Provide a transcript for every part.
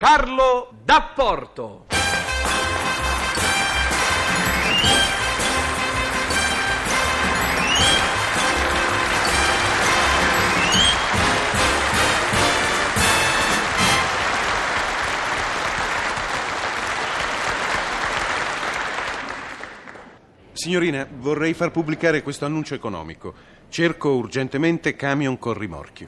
Carlo D'Apporto. Signorina, vorrei far pubblicare questo annuncio economico. Cerco urgentemente camion con rimorchio.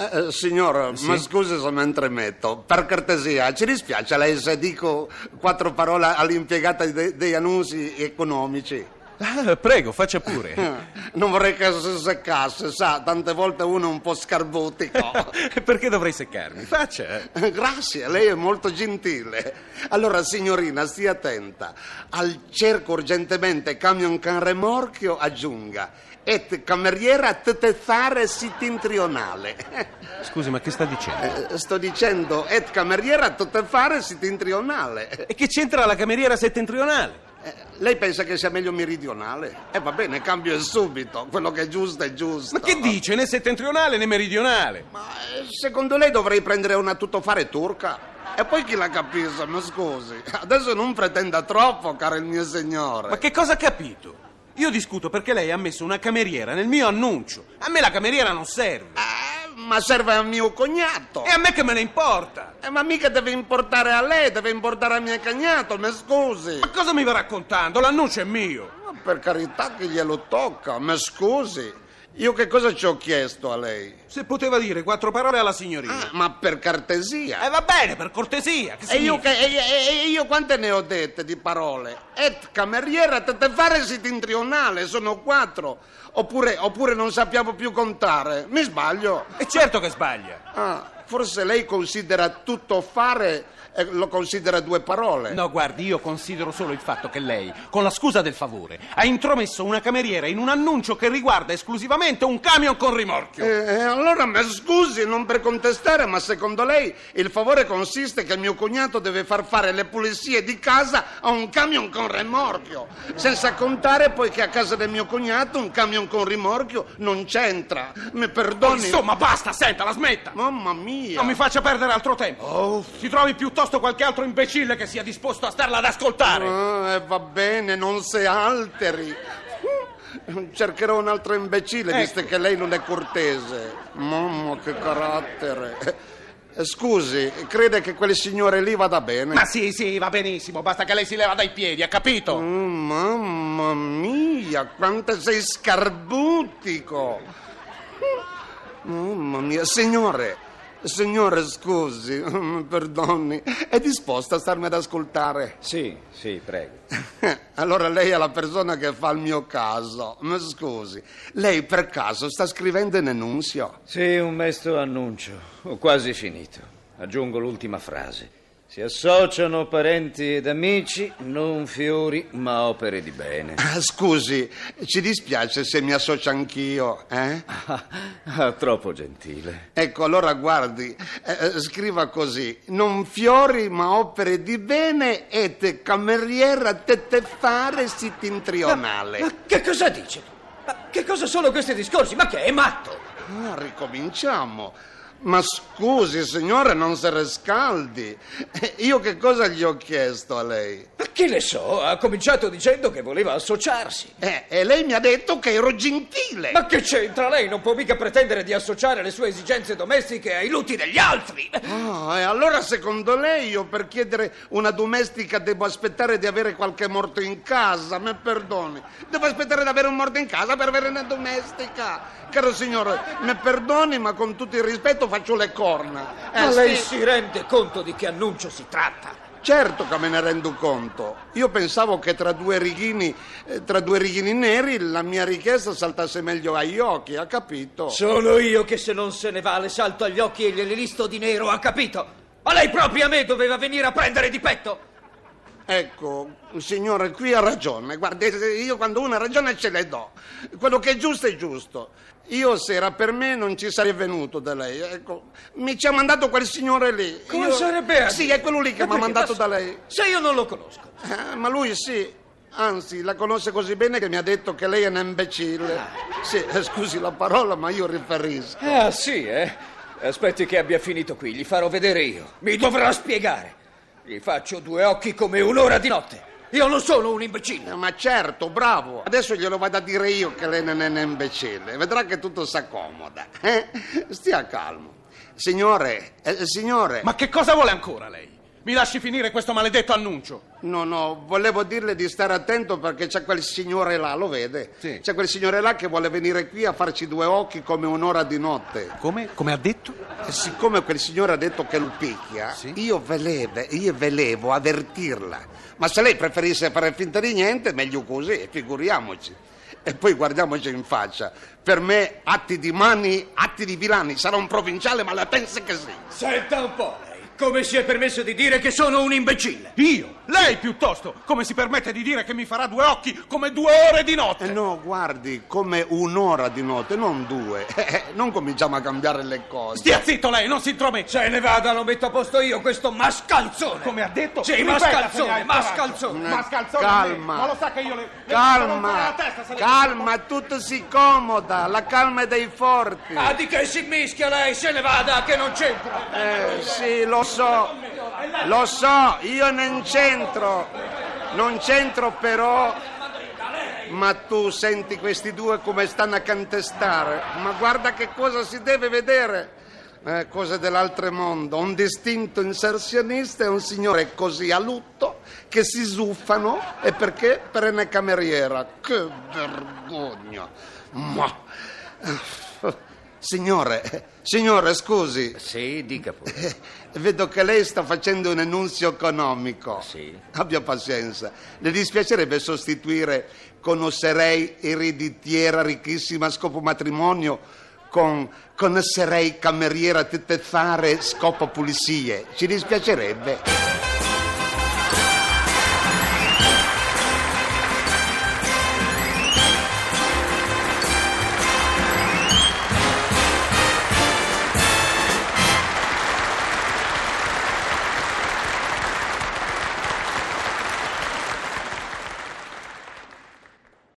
Signor, Sì? ma scusi se mi intrometto. Per cortesia, ci dispiace lei se dico 4 parole all'impiegata degli annunci economici? Prego, faccia pure. Non vorrei che si seccasse, sa, tante volte uno è un po' scarbutico. Perché dovrei seccarmi? Faccia. Grazie, lei è molto gentile. Allora, signorina, stia attenta. Al cerco urgentemente camion can remorchio aggiunga et cameriera tetefare settentrionale. Scusi, ma che sta dicendo? Sto dicendo et cameriera tetefare settentrionale. E che c'entra la cameriera settentrionale? Lei pensa che sia meglio meridionale? Va bene, cambio subito. Quello che è giusto è giusto. Ma che dice? Né settentrionale né meridionale? Ma secondo lei dovrei prendere una tuttofare turca? E poi chi la capisce, mi scusi. Adesso non pretenda troppo, caro il mio signore. Ma che cosa ha capito? Io discuto perché lei ha messo una cameriera nel mio annuncio. A me la cameriera non serve. Ma serve a mio cognato. E a me che me ne importa? Ma mica deve importare a lei, deve importare a mio cognato, mi scusi. Ma cosa mi va raccontando? L'annuncio è mio. Ma per carità che glielo tocca, mi scusi. Io che cosa ci ho chiesto a lei? Se poteva dire 4 parole alla signorina. Ma per cortesia. Va bene, per cortesia. Che E io, significa? io quante ne ho dette di parole? Et cameriera tetefare settentrionale, sono 4. Oppure non sappiamo più contare. Mi sbaglio? E certo che sbaglia. Forse lei considera tutto fare lo considera 2 parole. No, guardi, io considero solo il fatto che lei, con la scusa del favore, ha intromesso una cameriera in un annuncio che riguarda esclusivamente un camion con rimorchio. Allora mi scusi, non per contestare, ma secondo lei il favore consiste che mio cognato deve far fare le pulizie di casa a un camion con rimorchio, senza contare poi che a casa del mio cognato un camion con rimorchio non c'entra. Mi perdoni. Insomma, basta, senta, la smetta. Mamma mia. Non mi faccia perdere altro tempo. Si trovi piuttosto qualche altro imbecille che sia disposto a starla ad ascoltare. Va bene, non si alteri. Cercherò un altro imbecille, visto che lei non è cortese. Mamma, che carattere. Scusi, crede che quel signore lì vada bene? Ma sì, va benissimo, basta che lei si leva dai piedi, ha capito? Mamma mia, quanto sei scarbutico. Mamma mia, Signore, scusi, perdoni, è disposta a starmi ad ascoltare? Sì, prego. Allora lei è la persona che fa il mio caso. Mi scusi, lei per caso sta scrivendo in annunzio? Sì, un mesto annuncio. Ho quasi finito. Aggiungo l'ultima frase. Si associano parenti ed amici, non fiori, ma opere di bene. Scusi, ci dispiace se mi associo anch'io, eh? Troppo gentile. Ecco, allora guardi, scriva così: non fiori, ma opere di bene et cameriera tetefare settentrionale. Ma che cosa dice? Ma che cosa sono questi discorsi? Ma che è matto? Ricominciamo. Ma scusi, signore, non si riscaldi. Io che cosa gli ho chiesto a lei? Ma che ne so, ha cominciato dicendo che voleva associarsi. E lei mi ha detto che ero gentile. Ma che c'entra? Lei non può mica pretendere di associare le sue esigenze domestiche ai lutti degli altri. E allora secondo lei io per chiedere una domestica devo aspettare di avere qualche morto in casa? Mi perdoni, devo aspettare di avere un morto in casa per avere una domestica? Caro signore, mi perdoni, ma con tutto il rispetto faccio le corna. Ma lei si rende conto di che annuncio si tratta? Certo che me ne rendo conto. Io pensavo che tra due righini neri la mia richiesta saltasse meglio agli occhi, ha capito? Sono io che se non se ne va le salto agli occhi e glieli listo di nero, ha capito? Ma lei proprio a me doveva venire a prendere di petto? Ecco, signore, qui ha ragione. Guardi, io quando una ragione ce le do. Quello che è giusto è giusto. Io, se era per me, non ci sarei venuto da lei. Ecco, mi ci ha mandato quel signore lì. Come sarebbe? Sì, è quello lì che mi ha mandato da lei. Se io non lo conosco. Ma lui sì. Anzi, la conosce così bene che mi ha detto che lei è un imbecille. Sì, scusi la parola, ma io riferisco. Ah, sì, Aspetti che abbia finito qui, gli farò vedere io. Mi dovrà spiegare. Gli faccio 2 occhi come un'ora di notte. Io non sono un imbecille. Ma certo, bravo. Adesso glielo vado a dire io che lei non è un imbecille. Vedrà che tutto si accomoda. Stia calmo. Signore. Ma che cosa vuole ancora lei? Mi lasci finire questo maledetto annuncio. No, volevo dirle di stare attento perché c'è quel signore là, lo vede? Sì. C'è quel signore là che vuole venire qui a farci 2 occhi come un'ora di notte. Come? Come ha detto? E siccome quel signore ha detto che lo picchia, Sì. io volevo avvertirla. Ma se lei preferisse fare finta di niente, meglio così, figuriamoci. E poi guardiamoci in faccia. Per me, atti di mani, atti di vilani. Sarà un provinciale, ma la pensa che sì. Senta un po', lei. Come si è permesso di dire che sono un imbecille? Io? Lei piuttosto? Come si permette di dire che mi farà 2 occhi come 2 ore di notte? No, guardi, come un'ora di notte, non 2. Non cominciamo a cambiare le cose. Stia zitto lei, non si intrometta. Se ne vada, lo metto a posto io, questo mascalzone. Come ha detto? Sì, Ripeta, mascalzone, se ne ha il mascalzone. coraggio. Mascalzone. Calma. Ma lo sa che io le Calma, la testa, se le- calma, tutto si comoda, la calma è dei forti. Ah, di che si mischia lei? Se ne vada, che non c'entra. Sì, lo so, io non c'entro però, ma tu senti questi 2 come stanno a cantestare, ma guarda che cosa si deve vedere, cose dell'altro mondo, un distinto inserzionista e un signore così a lutto che si zuffano, e perché? Per una cameriera, che vergogna, ma... Signore, scusi. Sì, dica pure. Vedo che lei sta facendo un annunzio economico. Sì. Abbia pazienza. Le dispiacerebbe sostituire conoscerei ereditiera ricchissima a scopo matrimonio con conoscerei cameriera tetezzare scopo pulizie? Ci dispiacerebbe?